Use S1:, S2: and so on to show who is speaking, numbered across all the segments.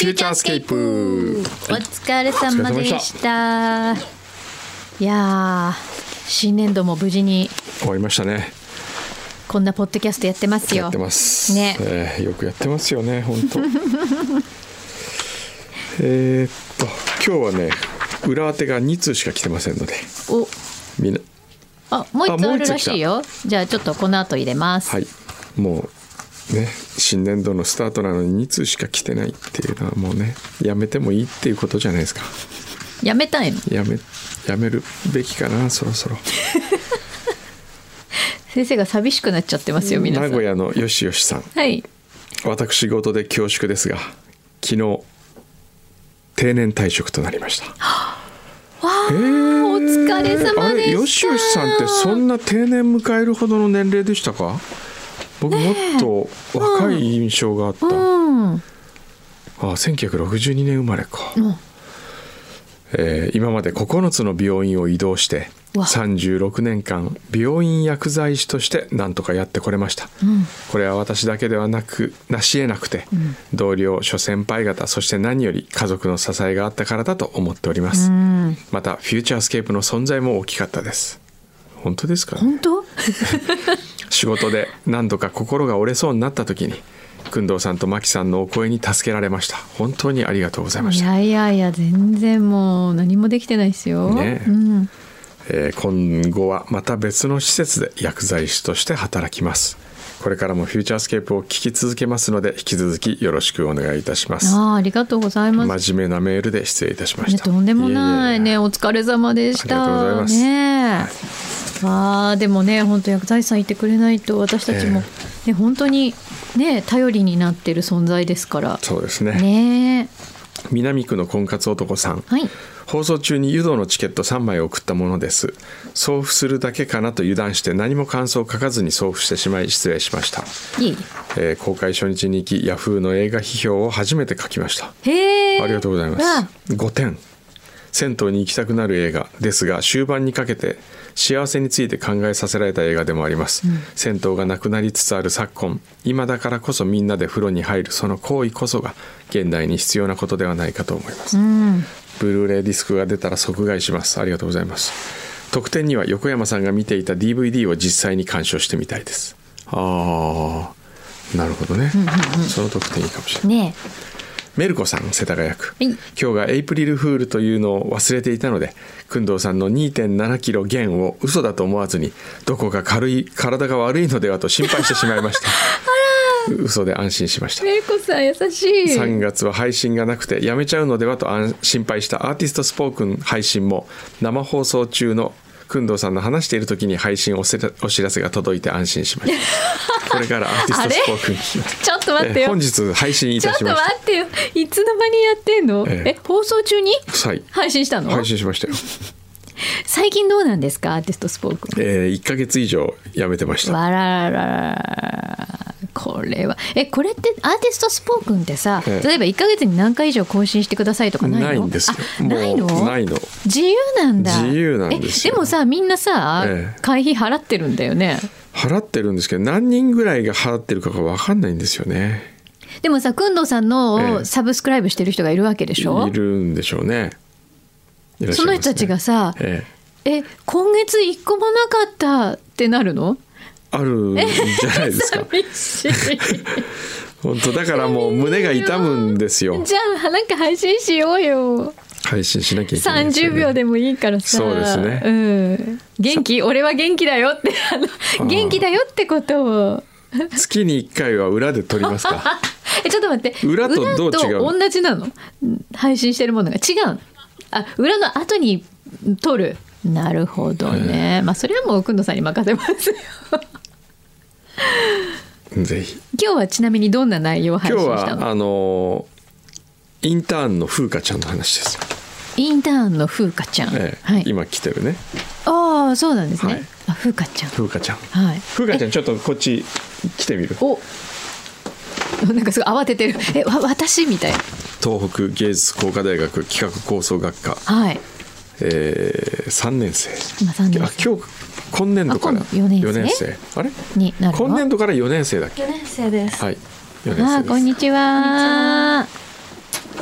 S1: フューチャースケープ。
S2: お疲れ様でした。いや新年度も無事に
S1: 終わりましたね。
S2: こんなポッドキャストやってますよ。
S1: やってます
S2: ね、
S1: よくやってますよね本当今日はね裏当てが2通しか来てませんので、
S2: お
S1: みんな
S2: もう1つあるらしいよ。じゃあちょっとこの後入れます。
S1: はい、もうね新年度のスタートなのに2通しか来てないっていうのはもうねやめてもいいっていうことじゃないですか。
S2: やめたいの？
S1: やめるべきかな、そろそろ
S2: 先生が寂しくなっちゃってますよ皆さん。
S1: 名古屋のよしよしさん、
S2: はい、
S1: 私事で恐縮ですが昨日定年退職となりました。
S2: お疲れ様でした。
S1: あれよしよしさんってそんな定年迎えるほどの年齢でしたか？僕もっと若い印象があった、1962年生まれか、今まで9つの病院を移動して36年間病院薬剤師として何とかやってこれました、これは私だけではなく成し得なくて、同僚諸先輩方そして何より家族の支えがあったからだと思っております、またフューチャースケープの存在も大きかったです。本当ですか？
S2: 本当
S1: 仕事で何度か心が折れそうになった時に工藤さんと牧さんのお声に助けられました。本当にありがとうございました。
S2: いや全然もう何もできてないですよ、
S1: ね。今後はまた別の施設で薬剤師として働きます。これからもフューチャースケープを聞き続けますので引き続きよろしくお願いいたします。
S2: ありがとうございます。
S1: 真面目なメールで失礼いたしました。
S2: とんでもないね。お疲れ様でした。
S1: ありがとうございます、
S2: ね。でもね本当薬剤師さんいてくれないと私たちも、本当にね頼りになってる存在ですから。
S1: そうですね。
S2: ね。
S1: 南区の婚活男さん、
S2: はい、
S1: 放送中に湯道のチケット3枚送ったものです。送付するだけかなと油断して何も感想を書かずに送付してしまい失礼しました。公開初日に行きヤフーの映画批評を初めて書きました。ありがとうございます。5点。銭湯に行きたくなる映画ですが終盤にかけて幸せについて考えさせられた映画でもあります、銭湯がなくなりつつある昨今、今だからこそみんなで風呂に入るその行為こそが現代に必要なことではないかと思います、ブルーレイディスクが出たら即買いします。ありがとうございます。特典には横山さんが見ていた DVD を実際に鑑賞してみたいです。なるほどね、その特典いいかもしれないね。メルコさん世田谷区、今日がエイプリルフールというのを忘れていたので工藤さんの 2.7 キロ減を嘘だと思わずにどこか体が悪いのではと心配してしまいました嘘で安心しました。
S2: メルコさん優しい。3
S1: 月は配信がなくてやめちゃうのではと心配したアーティストスポークン配信も生放送中の工藤さんの話している時に配信お知らせが届いて安心しましたこれからアーティストスポークン
S2: ちょっと待ってよ、
S1: 本日配信いたしました。
S2: ちょっと待ってよ、いつの間にやってんの、放送中に配信したの？
S1: 配信しましたよ
S2: 最近どうなんですかアーティストスポークン、
S1: 1ヶ月以上やめてました。
S2: わららこれはこれってアーティストスポークンってさ、例えば1ヶ月に何回以上更新してくださいとかないの？
S1: ないんですよ。
S2: ないの？自由なんだ。
S1: 自由なんですよ。
S2: でもさみんなさ、会費払ってるんだよね。
S1: 払ってるんですけど何人ぐらいが払ってるかが分かんないんですよね。
S2: でもさ工藤さんのサブスクライブしてる人がいるわけでしょ？
S1: いるんでしょうね。
S2: その人たちがさ、今月1個もなかったってなるの？
S1: あるんじゃないですか本当だからもう胸が痛むんですよ。
S2: じゃあなんか配信しようよ。
S1: 配信しなきゃいけないですよね。
S2: 30秒でもいいからさ。
S1: そうですね、
S2: 元気？俺は元気だよって元気だよってことを
S1: 月に1回は裏で撮りますか
S2: ちょっと待って、
S1: 裏とどう違う？
S2: 同じなの？配信してるものが違う？裏の後に撮る。なるほどね、それはもう工藤さんに任せますよ
S1: ぜひ。
S2: 今日はちなみにどんな内容を配信したの？
S1: 今日はインターンの風花ちゃんの話です。
S2: インターンの風花ちゃん、
S1: 今来てるね。
S2: そうなんですね、風花ちゃん。
S1: 風花ちゃん、風花ちゃんちょっとこっち来てみる。
S2: なんかすごい慌ててる。私みたいな。
S1: 東北芸術工科大学企画構想学科、3年生。今日今年度から4年生あれになるの？今年度から4年生だっけ？4
S2: 年生です。
S1: はい、4年生です。
S2: こんにちは。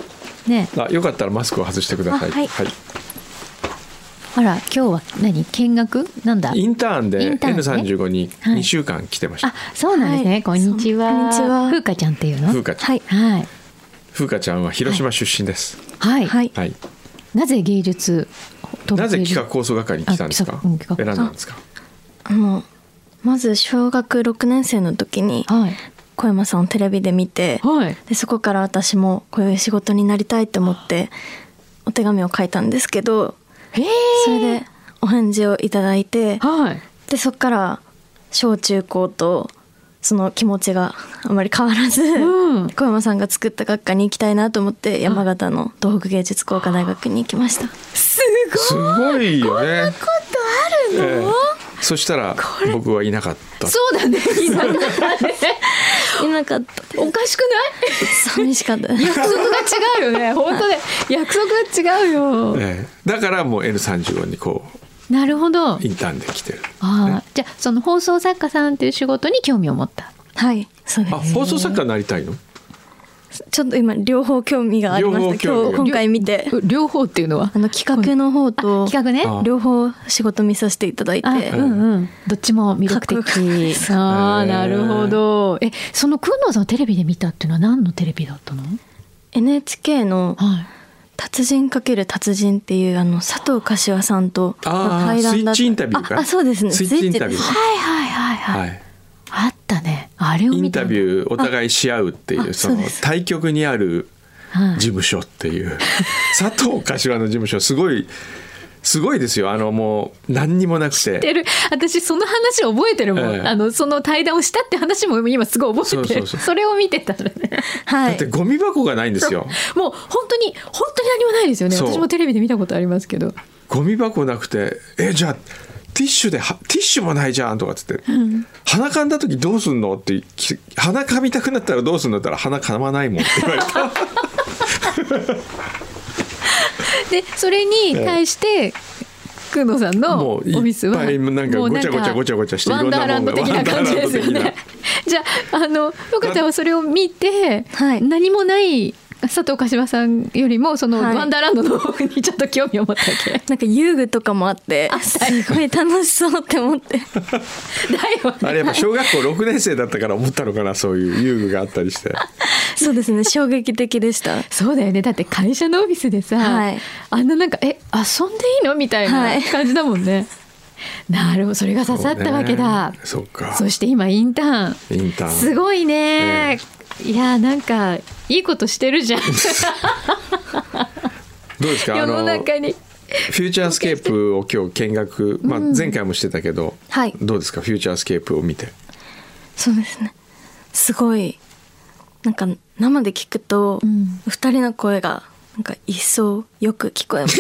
S2: ね。
S1: よかったらマスクを外してください。
S3: はい
S2: あら、今日は何、見学なんだ。
S1: インターンで
S2: インターンね
S1: N35 に2週間来てました。
S2: あ、そうなんですね。
S3: はい、
S2: こんにちは。
S3: こんにちは。
S2: 風花ちゃんっていうの？
S1: 風花ちゃん。
S2: はい。
S1: 風花ちゃんは広島出身です。
S2: はい。
S3: はい
S1: はい。
S2: なぜ芸術？
S1: なぜ企画構想係に来たんですか？
S2: 企画
S1: 選んだんですか？
S3: まず小学6年生の時に
S2: はい。
S3: 小山さんをテレビで見て、
S2: はい。
S3: でそこから私もこういう仕事になりたいと思ってお手紙を書いたんですけど、
S2: へえ。
S3: それでお返事をいただいて、
S2: はい。
S3: でそこから小中高とその気持ちがあまり変わらず、
S2: うん
S3: 小山さんが作った学科に行きたいなと思って山形の東北芸術工科大学に行きました。
S2: す
S1: すごいよね。
S2: ごいことあるの？
S1: そしたら僕はいなかった。
S2: そうだね。いなかったね。
S3: いなかったです。
S2: おかしくない？
S3: 寂しかったです。
S2: 約束が違うよね。本当ね。約束が違うよ。
S1: だからもう N35 にこ
S2: なるほど。
S1: うインターンで来てる。
S2: じゃあその放送作家さんっていう仕事に興味を持った。
S3: はい、そうです。
S1: 放送作家になりたいの？
S3: ちょっと今両方興味がありました。今回見て
S2: 両方っていうのは
S3: 企画の方と
S2: 企画ね、
S3: 両方仕事見させていただいて、
S2: どっちも魅力的。なるほど。その工藤さんをテレビで見たっていうのは何のテレビだったの？
S3: NHK の達人×達人っていう佐藤柏さんとの対談だった。
S1: スイッチインタビューか。
S3: そうですね。
S1: スイッチインタビュー。
S2: はい。あったね。あれを見た。
S1: インタビューお互いし合うっていうその対局にある事務所っていう佐藤柏の事務所すごいですよ。もう何にもなくて。知って
S2: る。私その話覚えてるもん。その対談をしたって話も今すごい覚えてる。それを見てたのね。
S1: だってゴミ箱がないんですよ。
S2: もう本当に何もないですよね。私もテレビで見たことありますけど。
S1: ゴミ箱なくてじゃあティッシュもないじゃんとかっつって、鼻かんだ時どうすんのって鼻かみたくなったらどうすんのって言ったら鼻かまないもんって言われた。
S2: でそれに対して工藤さんのオフィスはもう
S1: なんかごちゃごちゃしていろんなものが
S2: ワンダーランド的な感じですよね。じゃあよかちゃんはそれを見て、何もない佐藤柏さんよりもそのワンダーランドの方にちょっと興味を持ったわけ。
S3: なんか遊具とかもあってすごい楽しそうって思って。
S2: だよね。
S1: あれやっぱ小学校6年生だったから思ったのかな、そういう遊具があったりして。
S3: そうですね、衝撃的でした。
S2: そうだよね。だって会社のオフィスでさ、あんななんか遊んでいいのみたいな感じだもんね。なるほど、それが刺さったわけだ。
S1: そうか。
S2: そして今インターンすごいね。いやなんかいいことしてるじゃん。
S1: どうですか、
S2: 世の中に
S1: フューチャースケープを今日見学、前回もしてたけど、どうですかフューチャースケープを見て。
S3: そうですね、すごいなんか生で聞くと、2人の声がなんか一層よく聞こえます。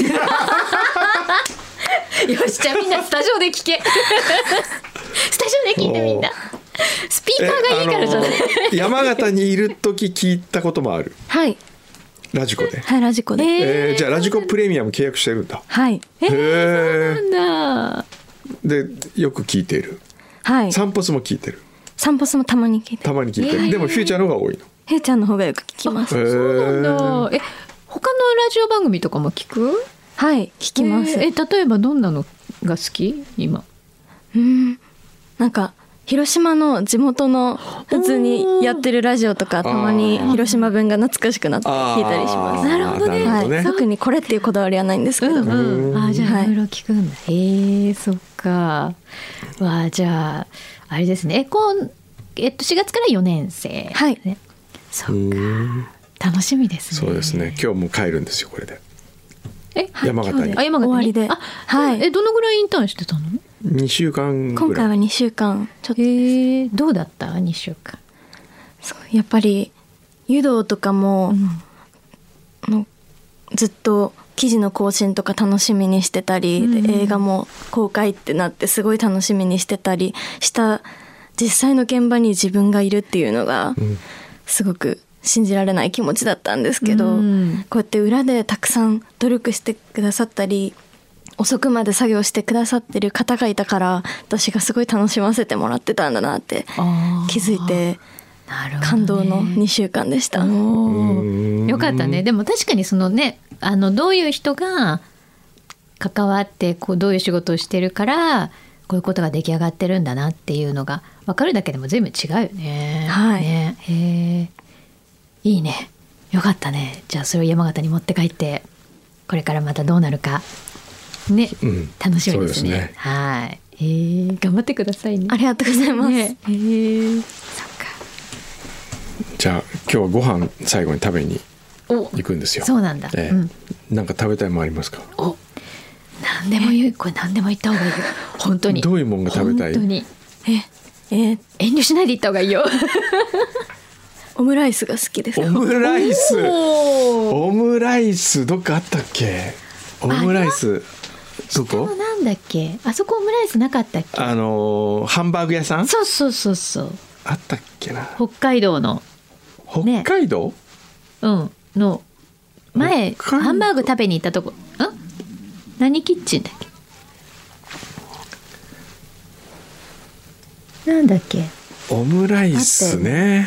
S2: よし、じゃあみんなスタジオで聞け。スタジオで聞いてみんな。スピーカーがいいからじゃない。
S1: 山形にいる時聞いたこともある。
S3: はい。
S1: ラジコで。
S3: はい、ラジコで。
S1: じゃあラジコプレミアム契約してるんだ。
S3: はい。
S2: そうなんだ。
S1: でよく聞いている。
S3: はい。
S1: サンポスも聞いてる。
S3: サンポスもたまに聞いてる。
S1: たまに聞いてる。でもフューチャーの方が多いの。
S3: フューチャーの方がよく聞きます。
S2: そうなんだ。他のラジオ番組とかも聞く？
S3: はい、聞きます。
S2: 例えばどんなのが好き？今。
S3: なんか広島の地元の普通にやってるラジオとかたまに広島弁が懐かしくなって聞いたりします。
S2: なるほどね。
S3: 特にこれっていうこだわりはないんですけど。
S2: じゃあいろいろ聞くんだ。そっか。じゃああれですね。4月から4年生。
S3: はい。
S2: そっか。楽しみですね。
S1: そうですね。今日も帰るんですよこれで。山形に。
S3: 終わりで。
S2: はい。どのぐらいインターンしてたの
S1: ？2週間ぐらい。
S3: 今回は2週間ちょっと。
S2: どうだった2週間？
S3: やっぱり湯道とかも、ずっと記事の更新とか楽しみにしてたり、で映画も公開ってなってすごい楽しみにしてたりした実際の現場に自分がいるっていうのがすごく信じられない気持ちだったんですけど、こうやって裏でたくさん努力してくださったり遅くまで作業してくださってる方がいたから私がすごい楽しませてもらってたんだなって気づいて、 感動の2週間でした。
S2: よかったね。でも確かにそのね、どういう人が関わってどういう仕事をしてるからこういうことが出来上がってるんだなっていうのが分かるだけでも全部違うよね。
S3: はい。
S2: ね、いいね。よかったね。じゃあそれを山形に持って帰ってこれからまたどうなるかね、楽しみですね。そうですね。はい。頑張ってくださいね。
S3: ありがとうございます。
S2: ね、そっか。
S1: じゃあ今日はご飯最後に食べに行くんですよ。
S2: そうなんだ。
S1: なんか食べたいもんありますか？
S2: 何でも言う。これ何でも言った方がいいよ。本当に。
S1: どういうもんが食べたい？
S2: 本当に。遠慮しないで言った方がいいよ。
S3: オムライスが好きです。
S1: オムライス。オムライスどっかあったっけ？オムライスどこ？
S2: なんだっけ？あそこオムライスなかったっけ？
S1: ハンバーグ屋さん？
S2: そうそうそうそう。
S1: あったっけな。
S2: 北海道の。
S1: 北海道？
S2: の前ハンバーグ食べに行ったとこ。何キッチンだっけ？なんだっけ？
S1: オムライスね。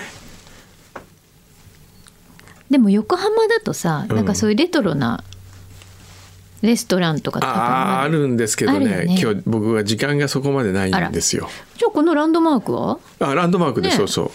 S2: でも横浜だとさ、なんかそういうレトロなレストランとか
S1: あるんですけど ね、今日僕は時間がそこまでないんですよ。
S2: じゃあこのランドマークは？
S1: ランドマークで、そうそう。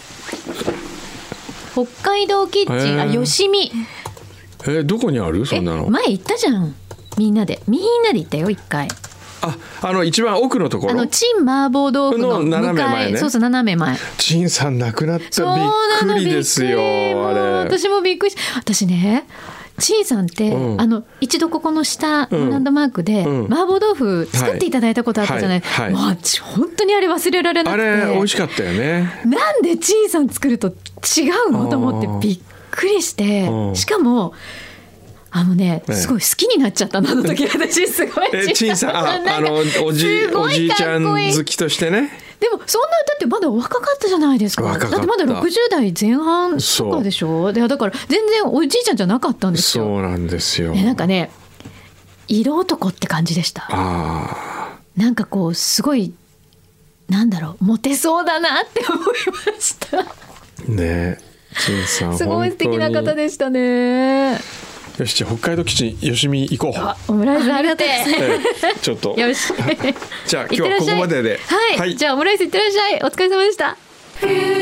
S2: 北海道キッチン、よしみ。
S1: どこにある？そんなの。
S2: 前行ったじゃん。みんなで行ったよ一回。
S1: 一番奥のところ。
S2: 陳麻婆豆腐の
S1: 斜め前ね。
S2: そうそう、斜め前。
S1: 陳さん亡くなった。びっくりですよ。あれ。
S2: 私もびっくりし。私ね、陳さんって、一度ここの下のランドマークで、麻婆豆腐作っていただいたことあったじゃない。もう本当にあれ忘れられなくて。
S1: あれ美味しかったよね。
S2: なんで陳さん作ると違うのと思ってびっくりして、しかも。すごい好きになっちゃったの、あの時私すごい
S1: 陳さんおじいちゃん好きとしてね。
S2: でもそんなだってまだ若かったじゃないですか。だってまだ60代前半とかでしょ。だから全然おじいちゃんじゃなかったんですよ。
S1: そうなんですよ。
S2: なんかね、色男って感じでした。なんかすごいモテそうだなって思いました
S1: ね。陳さん
S2: すごい素敵な方でしたね。
S1: よし、じゃあ北海道基地よしみ行こ
S2: う。オムライスあるって、
S1: ちょっと
S2: よし
S1: じゃあ今日はここまでで、
S2: はい、じゃあオムライスいってらっしゃい。お疲れ様でした。